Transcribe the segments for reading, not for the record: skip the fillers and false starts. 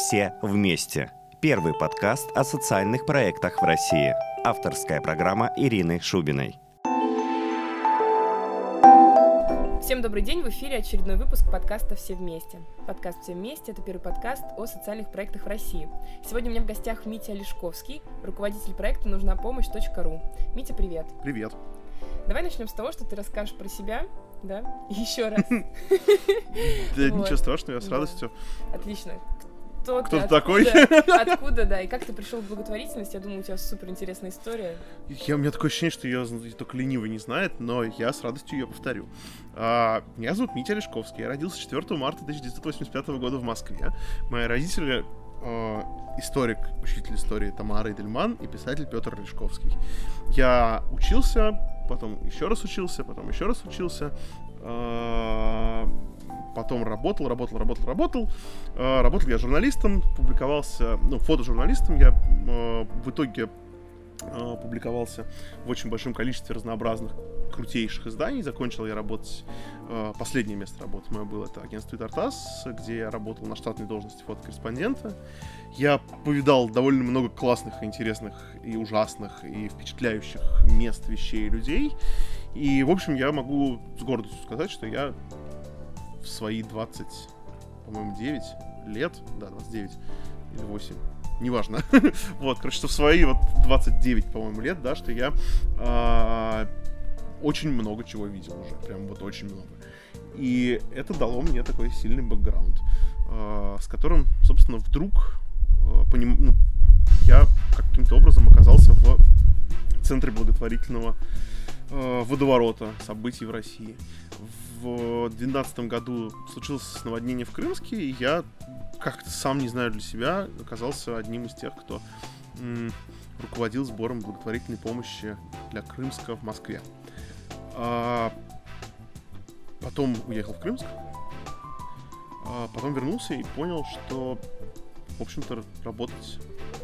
«Все вместе». Первый подкаст о социальных проектах в России. Авторская программа Ирины Шубиной. Всем добрый день, в эфире очередной выпуск подкаста «Все вместе». Подкаст «Все вместе» — это первый подкаст о социальных проектах в России. Сегодня у меня в гостях Митя Олешковский, руководитель проекта «Нужнапомощь.ру». Митя, привет. Привет. Давай начнем с того, что ты расскажешь про себя, да? Еще раз. Да ничего страшного, я с радостью. Отлично. Кто ты такой? Откуда, да, и как ты пришел в благотворительность? Я думаю, у тебя супер интересная история. У меня такое ощущение, что ее только ленивый не знает, но я с радостью ее повторю. Меня зовут Митя Олешковский, я родился 4 марта 1985 года в Москве. Мои родители историк, учитель истории Тамара Эдельман и писатель Петр Олешковский. Я учился, потом еще раз учился, потом работал. Работал я журналистом, публиковался, фотожурналистом. Я в итоге публиковался в очень большом количестве разнообразных крутейших изданий. Закончил я работать, последнее место работы мое было, это агентство «Тартас», где я работал на штатной должности фотокорреспондента. Я повидал довольно много классных, интересных и ужасных, и впечатляющих мест, вещей и людей. И, в общем, я могу с гордостью сказать, что я в свои 29 лет, 29 или 8, неважно. Вот, короче, что в свои 29, по-моему, лет, да, что я очень много чего видел уже, прям очень много. И это дало мне такой сильный бэкграунд, с которым, собственно, вдруг я каким-то образом оказался в центре благотворительного водоворота событий в России. В 2012 году случилось наводнение в Крымске, и я как-то сам, не знаю, для себя оказался одним из тех, кто руководил сбором благотворительной помощи для Крымска в Москве. Потом уехал в Крымск, потом вернулся и понял, что, в общем-то, работать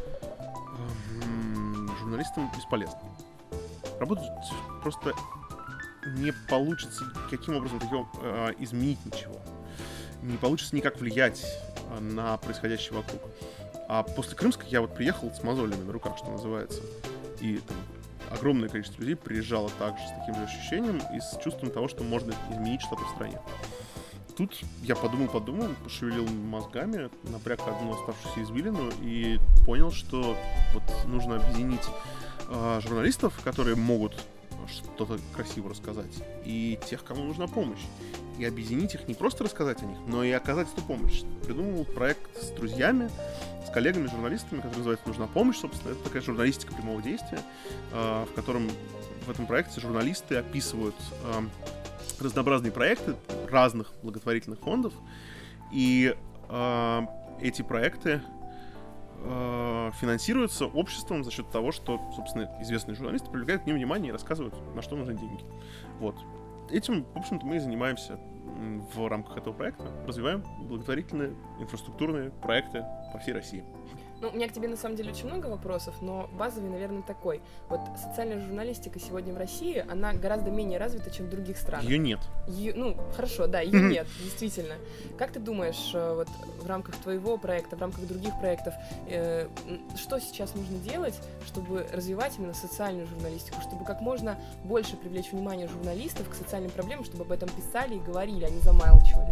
журналистом бесполезно. Работать просто не получится каким образом изменить ничего. Не получится никак влиять на происходящее вокруг. А после Крымска я приехал с мозолями на руках, что называется. И там огромное количество людей приезжало также с таким же ощущением и с чувством того, что можно изменить что-то в стране. Тут я подумал, пошевелил мозгами, напряг одну оставшуюся извилину и понял, что нужно объединить журналистов, которые могут что-то красиво рассказать, и тех, кому нужна помощь. И объединить их, не просто рассказать о них, но и оказать эту помощь. Придумал проект с друзьями, с коллегами, журналистами, который называется «Нужна помощь». Собственно, это такая журналистика прямого действия, в этом проекте журналисты описывают разнообразные проекты разных благотворительных фондов, и эти проекты финансируются обществом за счет того, что, собственно, известные журналисты привлекают к ним внимание и рассказывают, на что нужны деньги. Этим, в общем-то, мы и занимаемся в рамках этого проекта. Развиваем благотворительные инфраструктурные проекты по всей России. У меня к тебе, на самом деле, очень много вопросов, но базовый, наверное, такой. Социальная журналистика сегодня в России, она гораздо менее развита, чем в других странах. Ее нет. Хорошо, да, ее нет, действительно. Как ты думаешь, в рамках твоего проекта, в рамках других проектов, что сейчас нужно делать, чтобы развивать именно социальную журналистику, чтобы как можно больше привлечь внимание журналистов к социальным проблемам, чтобы об этом писали и говорили, а не замалчивали?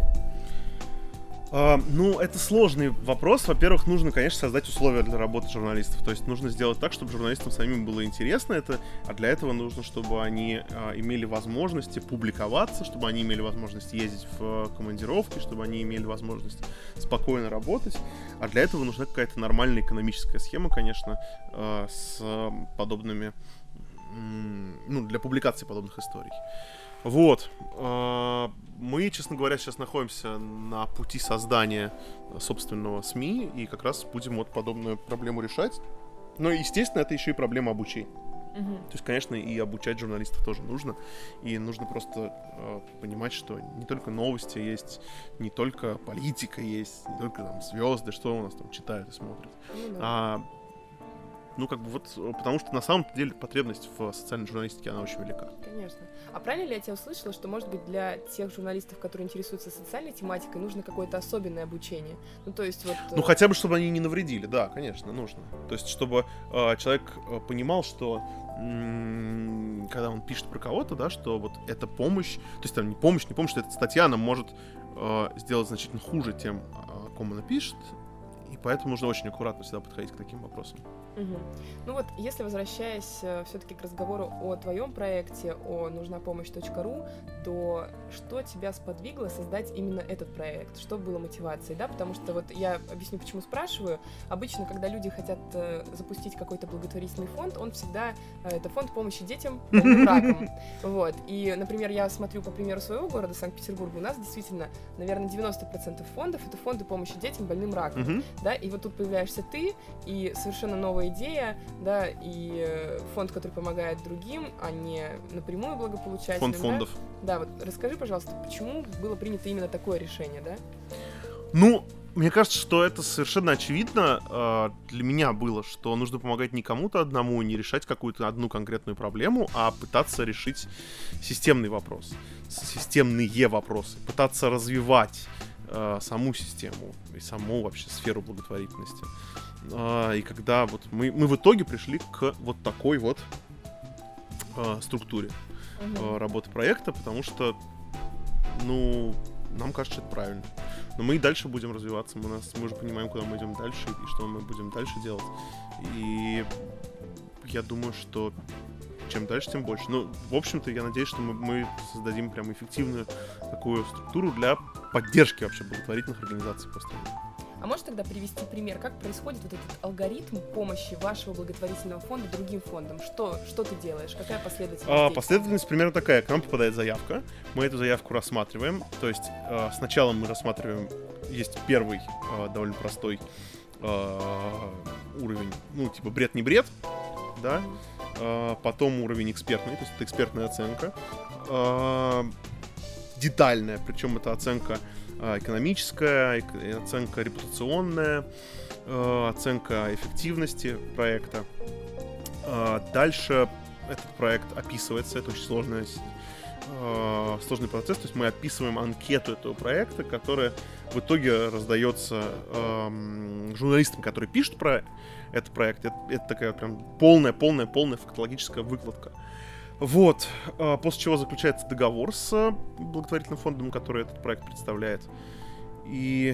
Это сложный вопрос. Во-первых, нужно, конечно, создать условия для работы журналистов. То есть нужно сделать так, чтобы журналистам самим было интересно это, а для этого нужно, чтобы они имели возможность публиковаться, чтобы они имели возможность ездить в командировки, чтобы они имели возможность спокойно работать. А для этого нужна какая-то нормальная экономическая схема, конечно, с подобными, для публикации подобных историй. Мы, честно говоря, сейчас находимся на пути создания собственного СМИ и как раз будем подобную проблему решать. Но, естественно, это еще и проблема обучения. То есть, конечно, и обучать журналистов тоже нужно. И нужно просто понимать, что не только новости есть, не только политика есть, не только звезды, что у нас там читают и смотрят. потому что на самом деле потребность в социальной журналистике, она очень велика. Конечно. А правильно ли я тебя услышала, что, может быть, для тех журналистов, которые интересуются социальной тематикой, нужно какое-то особенное обучение? То есть вот... хотя бы, чтобы они не навредили, да, конечно, нужно. То есть, чтобы человек понимал, что когда он пишет про кого-то, да, что вот эта помощь, то есть там не помощь, что эта статья, она может сделать значительно хуже тем, о ком она пишет, и поэтому нужно очень аккуратно всегда подходить к таким вопросам. Угу. Если возвращаясь все-таки к разговору о твоем проекте, о нужнапомощь.ру, то что тебя сподвигло создать именно этот проект? Что было мотивацией, да? Потому что вот я объясню, почему спрашиваю. Обычно, когда люди хотят запустить какой-то благотворительный фонд, он всегда, это фонд помощи детям больным раком. Вот. И, например, я смотрю по примеру своего города, Санкт-Петербурга, у нас действительно, наверное, 90% фондов — это фонды помощи детям больным раком. Да? И вот тут появляешься ты, и совершенно новая идея, да, и фонд, который помогает другим, а не напрямую благополучателям. Фонд фондов. Да, вот расскажи, пожалуйста, почему было принято именно такое решение, да? Мне кажется, что это совершенно очевидно для меня было, что нужно помогать не кому-то одному, не решать какую-то одну конкретную проблему, а пытаться решить системный вопрос, системные вопросы, пытаться развивать саму систему и саму вообще сферу благотворительности. И когда вот мы в итоге пришли к вот такой вот структуре работы проекта, потому что, нам кажется, это правильно. Но мы и дальше будем развиваться, мы уже понимаем, куда мы идем дальше и что мы будем дальше делать. И я думаю, что чем дальше, тем больше. В общем-то, я надеюсь, что мы создадим прям эффективную такую структуру для поддержки вообще благотворительных организаций по стране. А можешь тогда привести пример, как происходит вот этот алгоритм помощи вашего благотворительного фонда другим фондам? Что ты делаешь? Какая последовательность? Последовательность примерно такая. К нам попадает заявка, мы эту заявку рассматриваем. То есть сначала мы рассматриваем, есть первый довольно простой уровень, типа бред не бред, да. Потом уровень экспертный, то есть это экспертная оценка. Детальная, причем это оценка экономическая, оценка репутационная, оценка эффективности проекта. Дальше этот проект описывается, это очень сложный процесс, то есть мы описываем анкету этого проекта, которая в итоге раздается журналистам, которые пишут про этот проект. Это такая прям полная фактологическая выкладка. Вот, после чего заключается договор с благотворительным фондом, который этот проект представляет. И,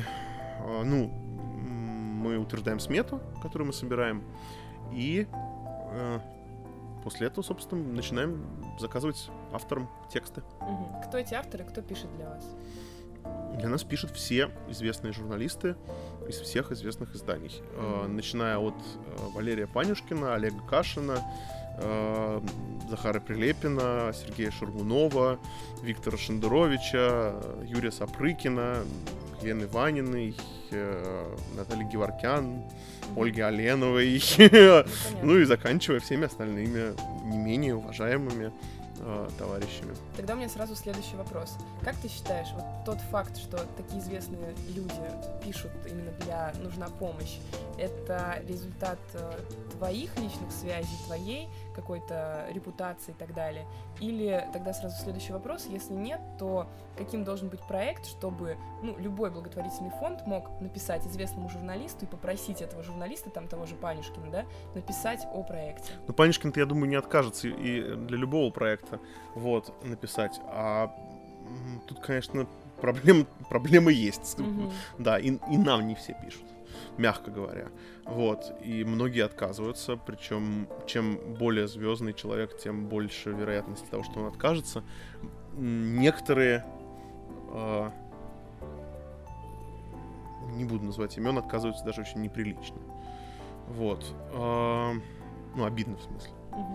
мы утверждаем смету, которую мы собираем, и после этого, собственно, начинаем заказывать авторам тексты. Кто эти авторы, кто пишет для вас? Для нас пишут все известные журналисты из всех известных изданий. Начиная от Валерия Панюшкина, Олега Кашина, Захара Прилепина, Сергея Шургунова, Виктора Шендеровича, Юрия Сапрыкина, Елены Ваниной, Натальи Геворкян, Ольги Оленовой, и заканчивая всеми остальными не менее уважаемыми товарищами. Тогда у меня сразу следующий вопрос. Как ты считаешь, вот тот факт, что такие известные люди пишут именно для «нужна помощь», это результат твоих личных связей, твоей какой-то репутации и так далее? Или тогда сразу следующий вопрос, если нет, то каким должен быть проект, чтобы любой благотворительный фонд мог написать известному журналисту и попросить этого журналиста, того же Панюшкина, да, написать о проекте? Панюшкин-то, я думаю, не откажется и для любого проекта написать. А тут, конечно, проблемы есть. Да, и нам не все пишут, мягко говоря. И многие отказываются, причем чем более звездный человек, тем больше вероятности того, что он откажется. Некоторые, не буду называть имен, отказываются даже очень неприлично. Обидно в смысле.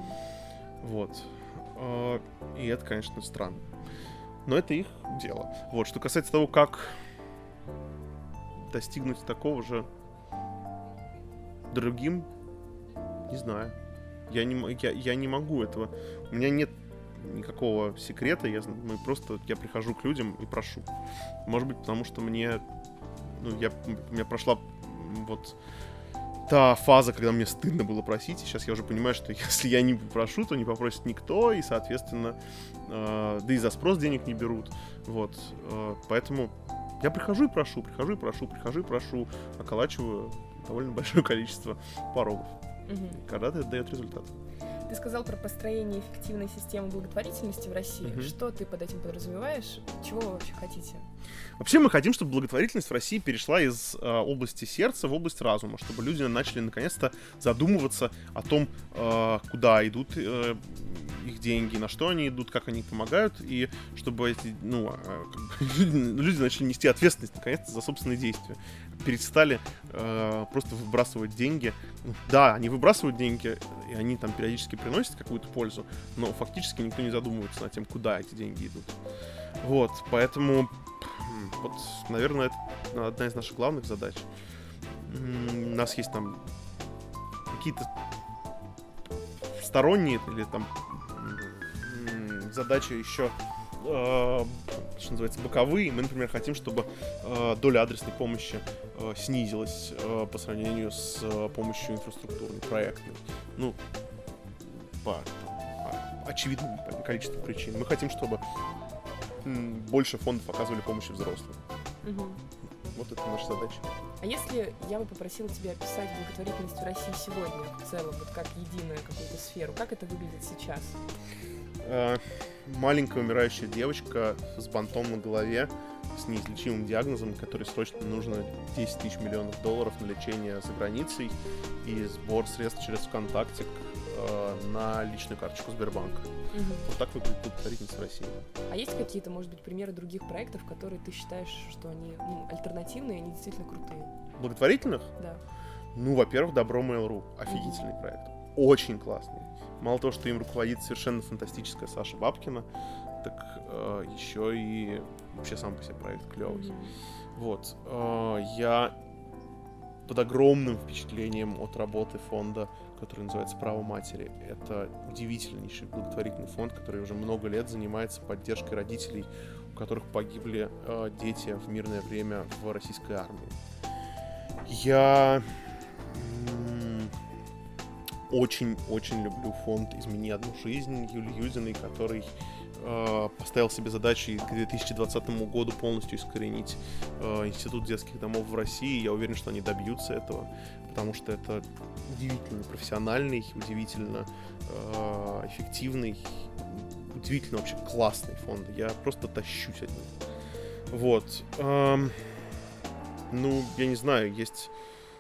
И это, конечно, странно. Но это их дело. Что касается того, как достигнуть такого же другим, не знаю. Я не могу этого. У меня нет никакого секрета. Я прихожу к людям и прошу. Может быть, потому что у меня прошла та фаза, когда мне стыдно было просить, и сейчас я уже понимаю, что если я не попрошу, то не попросит никто, и, соответственно, да и за спрос денег не берут, вот, поэтому я прихожу и прошу, околачиваю довольно большое количество порогов, когда-то это дает результат. Ты сказал про построение эффективной системы благотворительности в России. Что ты под этим подразумеваешь? Чего вы вообще хотите? Вообще мы хотим, чтобы благотворительность в России перешла из области сердца в область разума, чтобы люди начали наконец-то задумываться о том, куда идут их деньги, на что они идут, как они помогают, и чтобы эти, люди начали нести ответственность наконец-то за собственные действия. Перестали просто выбрасывать деньги. Да, они выбрасывают деньги, и они там периодически приносят какую-то пользу, но фактически никто не задумывается над тем, куда эти деньги идут. Вот, поэтому, вот, наверное, это одна из наших главных задач. У нас есть там какие-то сторонние или там задачи еще, что называется, боковые. Мы, например, хотим, чтобы доля адресной помощи снизилась по сравнению с помощью инфраструктурной, проектной. Ну, по очевидному количеству причин. Мы хотим, чтобы больше фондов оказывали помощь взрослым. Вот это наша задача. А если я бы попросила тебя описать благотворительность в России сегодня, в целом, вот как единую какую-то сферу, как это выглядит сейчас? Маленькая умирающая девочка с бантом на голове, с неизлечимым диагнозом, которой срочно нужно 10 тысяч миллионов долларов на лечение за границей и сбор средств через ВКонтакте на личную карточку Сбербанка. Вот так выглядит благотворительность в России. А есть какие-то, может быть, примеры других проектов, которые ты считаешь, что они альтернативные, они действительно крутые? Благотворительных? Да. Ну, во-первых, Добро Mail.ru. Офигительный проект. Очень классный. Мало того, что им руководит совершенно фантастическая Саша Бабкина, так еще и вообще сам по себе проект клевый. Вот. Я под огромным впечатлением от работы фонда, который называется «Право матери». Это удивительнейший благотворительный фонд, который уже много лет занимается поддержкой родителей, у которых погибли дети в мирное время в российской армии. Я очень-очень люблю фонд «Измени одну жизнь» Юлии Юдиной, который поставил себе задачей к 2020 году полностью искоренить институт детских домов в России. Я уверен, что они добьются этого, потому что это удивительно профессиональный, удивительно эффективный, удивительно вообще классный фонд. Я просто тащусь от них. Вот. Ну, я не знаю, есть...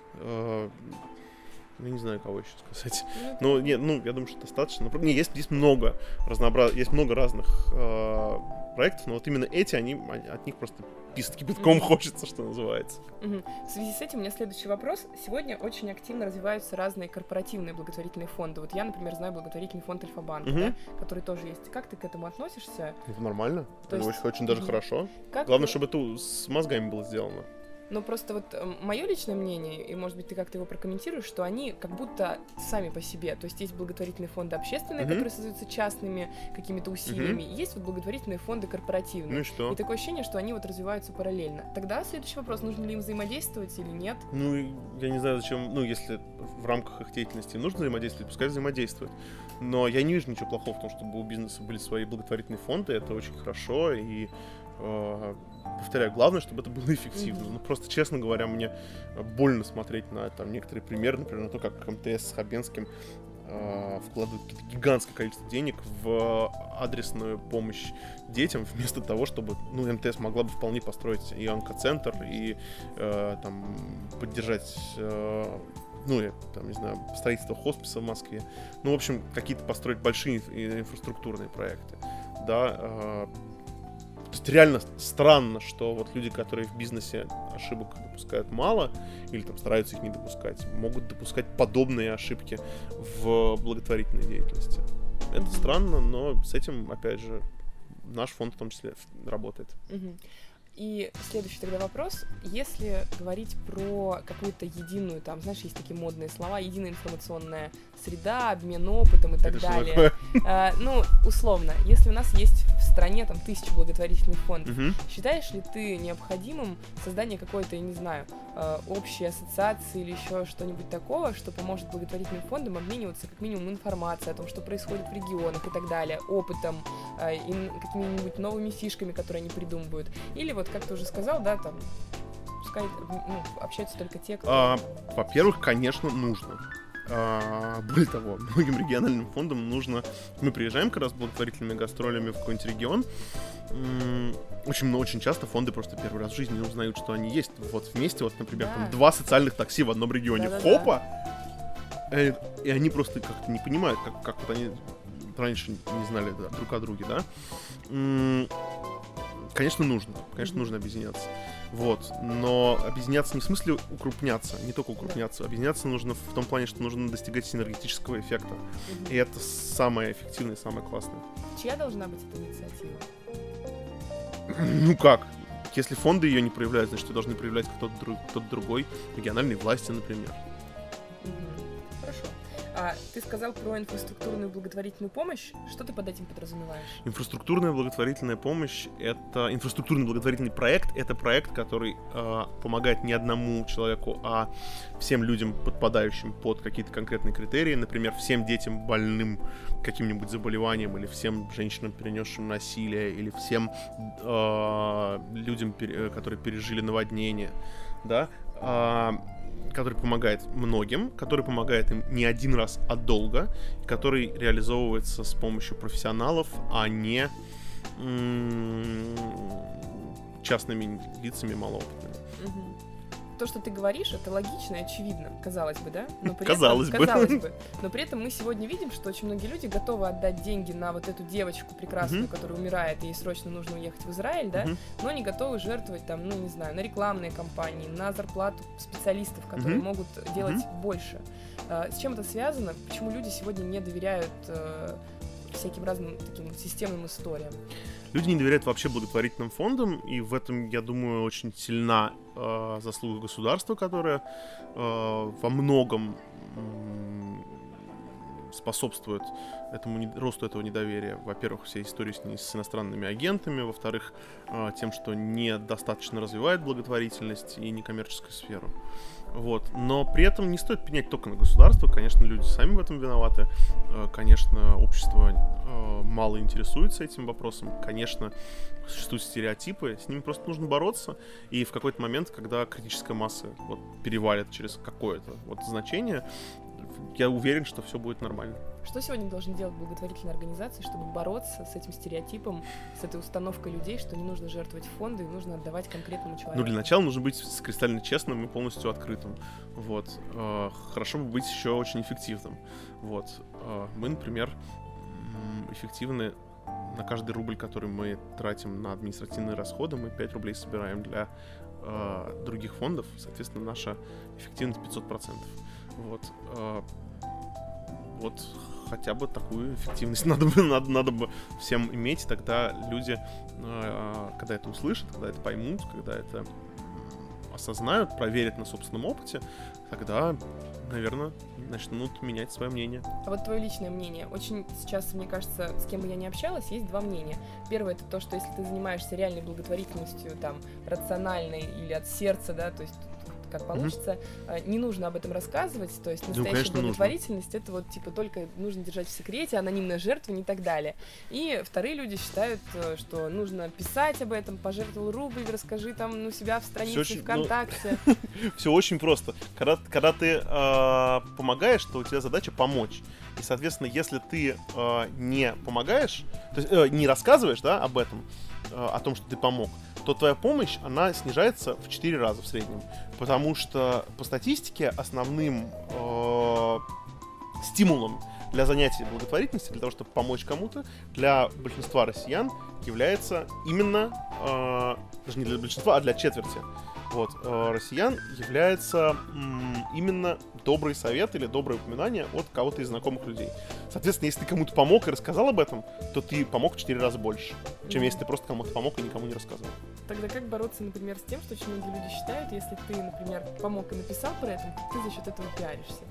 Я не знаю, кого еще сказать. Но нет, я думаю, что достаточно. Есть много есть много разных проектов, но вот именно эти, от них просто писать кипятком хочется, что называется. В связи с этим у меня следующий вопрос. Сегодня очень активно развиваются разные корпоративные благотворительные фонды. Вот я, например, знаю благотворительный фонд Альфа-банка, да, который тоже есть. Как ты к этому относишься? Это нормально. Это очень даже хорошо. Главное, чтобы это с мозгами было сделано. Но просто вот мое личное мнение, и, может быть, ты как-то его прокомментируешь, что они как будто сами по себе. То есть есть благотворительные фонды общественные, которые создаются частными какими-то усилиями, и есть вот благотворительные фонды корпоративные. Ну и что? И такое ощущение, что они вот развиваются параллельно. Тогда следующий вопрос, нужно ли им взаимодействовать или нет? Ну, я не знаю, зачем, если в рамках их деятельности нужно взаимодействовать, пускай взаимодействуют. Но я не вижу ничего плохого в том, чтобы у бизнеса были свои благотворительные фонды, это очень хорошо, и... повторяю, главное, чтобы это было эффективно. Ну, просто, честно говоря, мне больно смотреть на там некоторые примеры, например, на то, как МТС с Хабенским вкладывают какие-то гигантское количество денег в адресную помощь детям, вместо того, чтобы, МТС могла бы вполне построить и онкоцентр, и там поддержать, строительство хосписа в Москве. В общем, какие-то построить большие инфраструктурные проекты. Да, то есть реально странно, что вот люди, которые в бизнесе ошибок допускают мало, или там стараются их не допускать, могут допускать подобные ошибки в благотворительной деятельности. Это странно, но с этим, опять же, наш фонд в том числе работает. И следующий тогда вопрос. Если говорить про какую-то единую, там, знаешь, есть такие модные слова, единая информационная среда, обмен опытом и так далее. Условно, если у нас есть в стране там 1000 благотворительных фондов. Мгм. Считаешь ли ты необходимым создание какой-то, я не знаю, общей ассоциации или еще что-нибудь такого, что поможет благотворительным фондам обмениваться как минимум информацией о том, что происходит в регионах и так далее, опытом и какими-нибудь новыми фишками, которые они придумывают? Или вот, как ты уже сказал, да, там, пускай общаются только те, кто... Во-первых, конечно, нужно. Более того, многим региональным фондам нужно... Мы приезжаем как раз с благотворительными гастролями в какой-нибудь регион. Очень часто фонды просто первый раз в жизни узнают, что они есть. Вот вместе, вот, например, Да. там 2 социальных такси в одном регионе. Да-да-да. Хопа! И они просто как-то не понимают, как вот они раньше не знали друг о друге, да? Конечно, нужно объединяться. Вот. Но объединяться не в смысле укрупняться, не только укрупняться. Объединяться нужно в том плане, что нужно достигать синергетического эффекта. И это самое эффективное, самое классное. Чья должна быть эта инициатива? Ну как? Если фонды ее не проявляют, значит, ее должны проявлять кто-то другой. Региональные власти, например. Хорошо. Ты сказал про инфраструктурную благотворительную помощь. Что ты под этим подразумеваешь? Инфраструктурная благотворительная помощь — это инфраструктурный благотворительный проект. Это проект, который помогает не одному человеку, а всем людям, подпадающим под какие-то конкретные критерии. Например, всем детям, больным каким-нибудь заболеванием, или всем женщинам, перенесшим насилие, или всем людям, которые пережили наводнение, да, который помогает многим, который помогает им не один раз, а долго, который реализовывается с помощью профессионалов, а не частными лицами малоопытными. То, что ты говоришь, это логично и очевидно, казалось бы, да? Но при Казалось бы. Но при этом мы сегодня видим, что очень многие люди готовы отдать деньги на вот эту девочку прекрасную, которая умирает, и ей срочно нужно уехать в Израиль, да? Но не готовы жертвовать там, ну, не знаю, на рекламные кампании, на зарплату специалистов, которые могут делать больше. С чем это связано? Почему люди сегодня не доверяют всяким разным таким системным историям? Люди не доверяют вообще благотворительным фондам, и в этом, я думаю, очень сильна заслуга государства, которое во многом способствует росту этого недоверия. Во-первых, все истории с иностранными агентами, во-вторых, тем, что недостаточно развивает благотворительность и некоммерческую сферу. Вот. Но при этом не стоит пенять только на государство. Конечно, люди сами в этом виноваты. Конечно, общество мало интересуется этим вопросом. Конечно, существуют стереотипы, с ними просто нужно бороться. И в какой-то момент, когда критическая масса перевалит через какое-то значение, я уверен, что все будет нормально. Что сегодня должны делать благотворительные организации, чтобы бороться с этим стереотипом, с этой установкой людей, что не нужно жертвовать фонды и нужно отдавать конкретному человеку? Ну, для начала нужно быть кристально честным и полностью открытым. Вот. Хорошо бы быть еще очень эффективным. Вот. Мы, например, эффективны на каждый рубль, который мы тратим на административные расходы, мы 5 рублей собираем для других фондов. Соответственно, наша эффективность 500%. Вот хотя бы такую эффективность надо бы всем иметь, тогда люди, когда это услышат, когда это поймут, когда это осознают, проверят на собственном опыте, тогда, наверное, начнут менять свое мнение. А вот твое личное мнение. Очень сейчас, мне кажется, с кем бы я ни общалась, есть два мнения. Первое — это то, что если ты занимаешься реальной благотворительностью, там, рациональной или от сердца, да, то есть как получится, не нужно об этом рассказывать, то есть настоящая благотворительность — это вот типа только нужно держать в секрете, анонимное жертвование и так далее. И вторые люди считают, что нужно писать об этом, пожертвовал рубль, расскажи там у себя в странице ВКонтакте. Все очень просто. Когда ты помогаешь, то у тебя задача помочь. И, соответственно, если ты не помогаешь, то есть не рассказываешь, да, об этом, о том, что ты помог, то твоя помощь, она снижается в 4 раза в среднем. Потому что по статистике основным стимулом для занятий благотворительностью, для того, чтобы помочь кому-то, для большинства россиян является именно, даже не для большинства, а для четверти россиян является именно добрый совет или доброе упоминание от кого-то из знакомых людей. Соответственно, если ты кому-то помог и рассказал об этом, то ты помог в 4 раза больше, чем если ты просто кому-то помог и никому не рассказал. Тогда как бороться, например, с тем, что очень многие люди считают, если ты, например, помог и написал про это, то ты за счет этого пиаришься?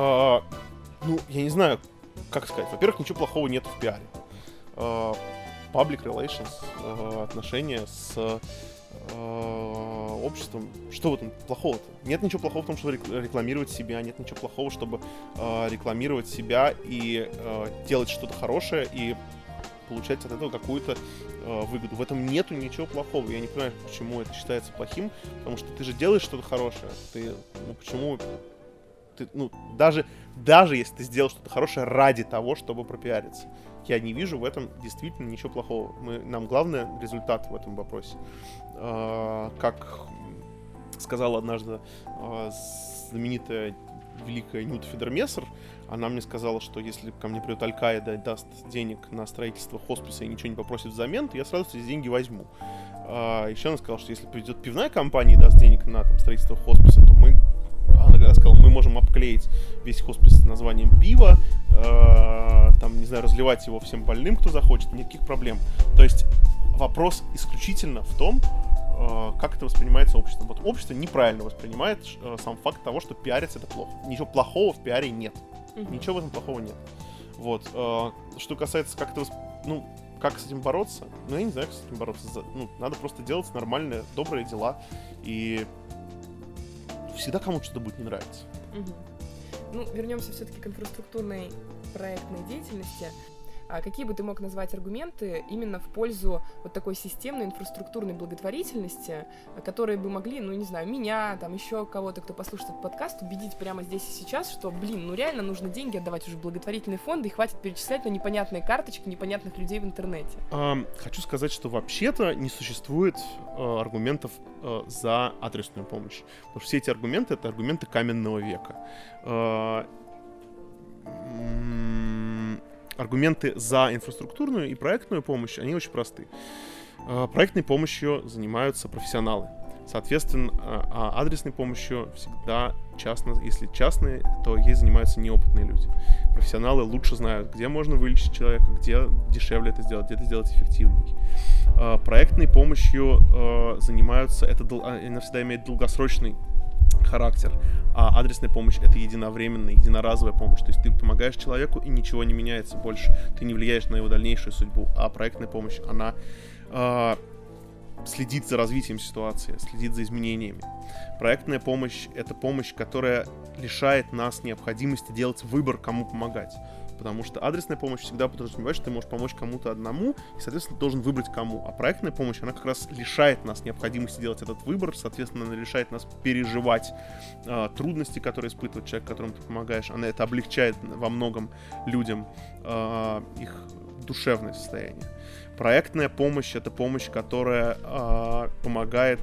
Ну, я не знаю, как сказать. Во-первых, ничего плохого нет в пиаре. public relations, отношения с обществом. Что в этом плохого-то? Нет ничего плохого в том, чтобы рекламировать себя, нет ничего плохого, чтобы рекламировать себя и делать что-то хорошее и получать от этого какую-то выгоду. В этом нету ничего плохого. Я не понимаю, почему это считается плохим, потому что ты же делаешь что-то хорошее. Почему ты, даже если ты сделал что-то хорошее ради того, чтобы пропиариться, я не вижу в этом действительно ничего плохого. Нам главное результат в этом вопросе. Как сказала однажды знаменитая великая Нюта Федермессер, она мне сказала, что если ко мне придет Аль-Каида и даст денег на строительство хосписа и ничего не попросит взамен, то я сразу эти деньги возьму. Еще она сказала, что если придет пивная компания и даст денег на строительство хосписа, то она сказала, мы можем обклеить весь хоспис названием пива, разливать его всем больным, кто захочет, никаких проблем. То есть вопрос исключительно в том, как это воспринимается обществом. Вот общество неправильно воспринимает сам факт того, что пиариться — это плохо. Ничего плохого в пиаре нет. Ничего в этом плохого нет. Вот. Что касается, как с этим бороться, я не знаю, как с этим бороться. Надо просто делать нормальные, добрые дела, и всегда кому-то что-то будет не нравиться. Вернемся все-таки к инфраструктурной проектной деятельности. Какие бы ты мог назвать аргументы именно в пользу вот такой системной инфраструктурной благотворительности, которые бы могли, меня, еще кого-то, кто послушает этот подкаст, убедить прямо здесь и сейчас, что, реально нужно деньги отдавать уже в благотворительные фонды, и хватит перечислять на непонятные карточки непонятных людей в интернете? Хочу сказать, что вообще-то не существует аргументов за адресную помощь. Потому что все эти аргументы — это аргументы каменного века. Аргументы за инфраструктурную и проектную помощь, они очень просты. Проектной помощью занимаются профессионалы. Соответственно, адресной помощью всегда если частные, то ей занимаются неопытные люди. Профессионалы лучше знают, где можно вылечить человека, где дешевле это сделать, где это сделать эффективнее. Проектной помощью занимаются, она всегда имеет долгосрочный характер, а адресная помощь — это единовременная, единоразовая помощь. То есть ты помогаешь человеку, и ничего не меняется больше. Ты не влияешь на его дальнейшую судьбу. А проектная помощь, она следит за развитием ситуации, следит за изменениями. Проектная помощь — это помощь, которая лишает нас необходимости делать выбор, кому помогать. Потому что адресная помощь всегда подразумевает, что ты можешь помочь кому-то одному, и, соответственно, должен выбрать кому. А проектная помощь, она как раз лишает нас необходимости делать этот выбор, соответственно, она лишает нас переживать трудности, которые испытывает человек, которому ты помогаешь. Она это облегчает во многом людям их душевное состояние. Проектная помощь — это помощь, которая помогает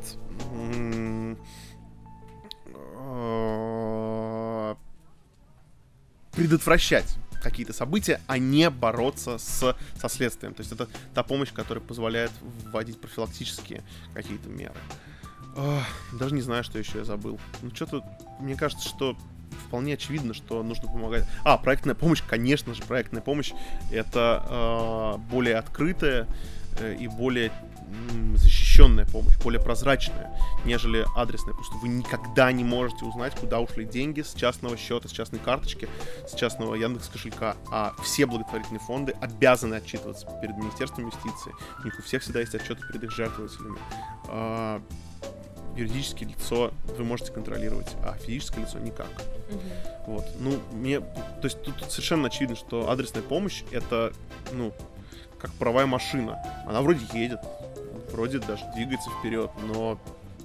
предотвращать какие-то события, а не бороться со следствием. То есть это та помощь, которая позволяет вводить профилактические какие-то меры. Даже не знаю, что еще я забыл. Что-то, мне кажется, что вполне очевидно, что нужно помогать. Проектная помощь, конечно же, проектная помощь — это более открытая и более защищенная помощь, более прозрачная, нежели адресная, потому что вы никогда не можете узнать, куда ушли деньги с частного счета, с частной карточки, с частного Яндекс.Кошелька, а все благотворительные фонды обязаны отчитываться перед Министерством юстиции. У них у всех всегда есть отчеты перед их жертвователями. Юридическое лицо вы можете контролировать, а физическое лицо никак. Вот. То есть тут совершенно очевидно, что адресная помощь — это, как паровая машина. Она вроде едет, вроде даже двигается вперед, но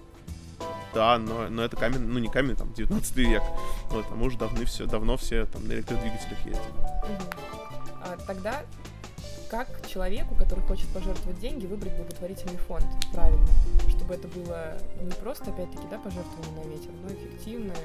это камень, не камень, 19 век. Вот, а мы уже давно все на электродвигателях ездим. Тогда как человеку, который хочет пожертвовать деньги, выбрать благотворительный фонд правильно, чтобы это было не просто, опять-таки, пожертвование на ветер, но эффективное?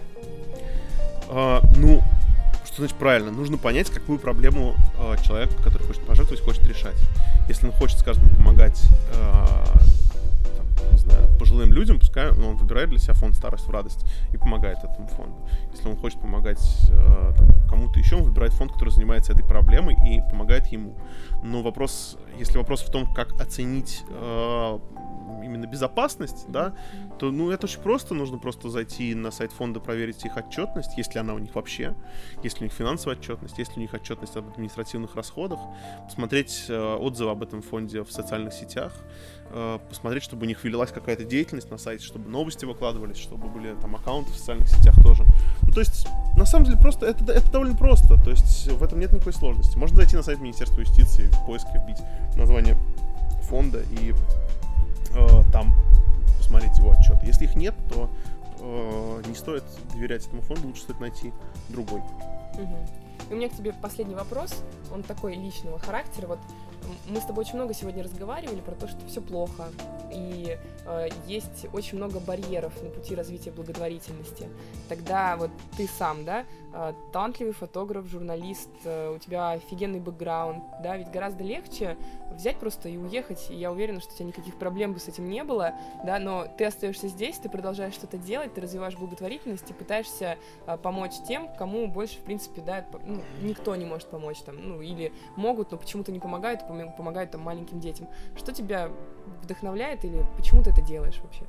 Что значит правильно? Нужно понять, какую проблему человек, который хочет пожертвовать, хочет решать. Если он хочет, скажем, помогать пожилым людям, пускай он выбирает для себя фонд «Старость в радость» и помогает этому фонду. Если он хочет помогать кому-то еще, он выбирает фонд, который занимается этой проблемой и помогает ему. Но если вопрос в том, как оценить именно безопасность, да, то, это очень просто. Нужно просто зайти на сайт фонда, проверить их отчетность, если она у них вообще, если у них финансовая отчетность, если у них отчетность об административных расходах, посмотреть отзывы об этом фонде в социальных сетях, посмотреть, чтобы у них велилась какая-то деятельность на сайте, чтобы новости выкладывались, чтобы были там аккаунты в социальных сетях тоже. То есть, на самом деле, просто это довольно просто. То есть, в этом нет никакой сложности. Можно зайти на сайт Министерства юстиции, в поиске вбить название фонда и там посмотреть его отчет. Если их нет, то не стоит доверять этому фонду, лучше стоит найти другой. И у меня к тебе последний вопрос, он такой личного характера. Вот мы с тобой очень много сегодня разговаривали про то, что все плохо, и есть очень много барьеров на пути развития благотворительности. Тогда вот ты сам, да, талантливый фотограф, журналист, у тебя офигенный бэкграунд, да, ведь гораздо легче взять просто и уехать, и я уверена, что у тебя никаких проблем бы с этим не было, да, но ты остаешься здесь, ты продолжаешь что-то делать, ты развиваешь благотворительность и пытаешься помочь тем, кому больше, в принципе, да, никто не может помочь там, или могут, но почему-то не помогают, помогают там маленьким детям. Что тебя вдохновляет или почему ты это делаешь вообще?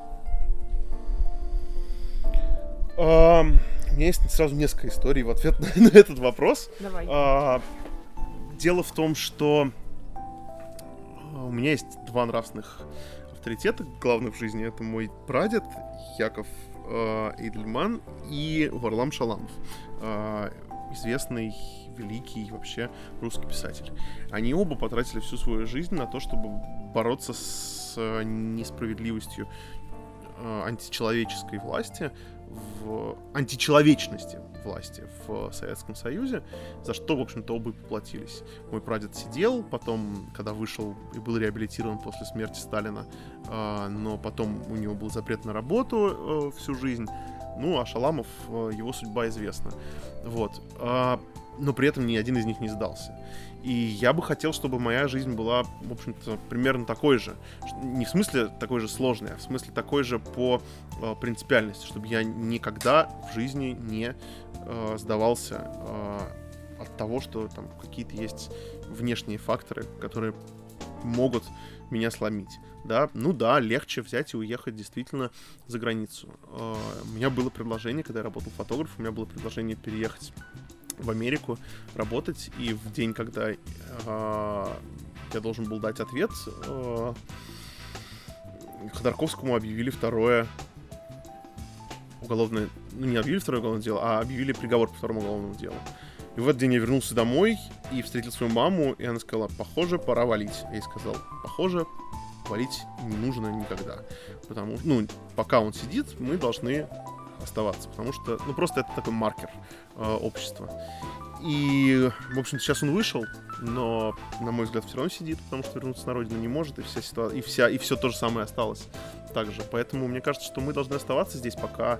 У меня есть сразу несколько историй в ответ на этот вопрос. Давай. Дело в том, что у меня есть два нравственных авторитета главных в жизни. Это мой прадед Яков Эйдельман и Варлам Шаламов, известный, великий вообще русский писатель. Они оба потратили всю свою жизнь на то, чтобы бороться с несправедливостью античеловеческой власти, античеловечности власти в Советском Союзе, за что, в общем-то, оба и поплатились. Мой прадед сидел, потом, когда вышел и был реабилитирован после смерти Сталина, но потом у него был запрет на работу всю жизнь. А Шаламов, его судьба известна. Вот. Но при этом ни один из них не сдался. И я бы хотел, чтобы моя жизнь была, в общем-то, примерно такой же. Не в смысле такой же сложной, а в смысле такой же по принципиальности, чтобы я никогда в жизни не сдавался от того, что там какие-то есть внешние факторы, которые могут меня сломить. Да, легче взять и уехать действительно за границу. У меня было предложение, когда я работал фотографом, у меня было предложение переехать в Америку, работать, и в день, когда я должен был дать ответ, Ходорковскому объявили второе уголовное... не объявили второе уголовное дело, а объявили приговор по второму уголовному делу. И в этот день я вернулся домой и встретил свою маму, и она сказала: похоже, пора валить. Я ей сказал: похоже, валить не нужно никогда. Потому что, пока он сидит, мы должны оставаться, потому что, просто это такой маркер общества. И, в общем-то, сейчас он вышел, но, на мой взгляд, все равно сидит, потому что вернуться на родину не может, и вся ситуация, и все то же самое осталось также. Поэтому мне кажется, что мы должны оставаться здесь, пока...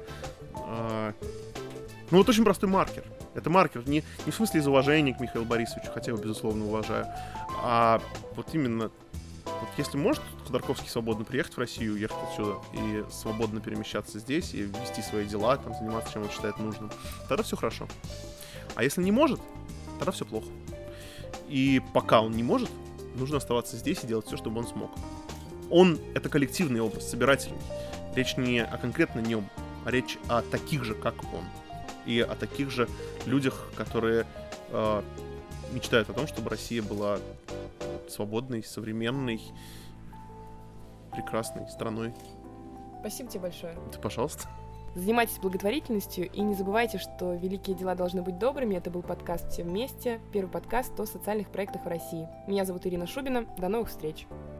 очень простой маркер. Это маркер не в смысле из уважения к Михаилу Борисовичу, хотя его, безусловно, уважаю, а вот именно... если может Ходорковский свободно приехать в Россию, уехать отсюда и свободно перемещаться здесь, и вести свои дела, там, заниматься чем он считает нужным, тогда все хорошо. А если не может, тогда все плохо. И пока он не может, нужно оставаться здесь и делать все, чтобы он смог. Он — это коллективный образ, собирательный. Речь не о конкретно нем, а речь о таких же, как он. И о таких же людях, которые мечтают о том, чтобы Россия была свободной, современной, прекрасной страной. Спасибо тебе большое. Да, пожалуйста. Занимайтесь благотворительностью и не забывайте, что великие дела должны быть добрыми. Это был подкаст «Все вместе», первый подкаст о социальных проектах в России. Меня зовут Ирина Шубина. До новых встреч.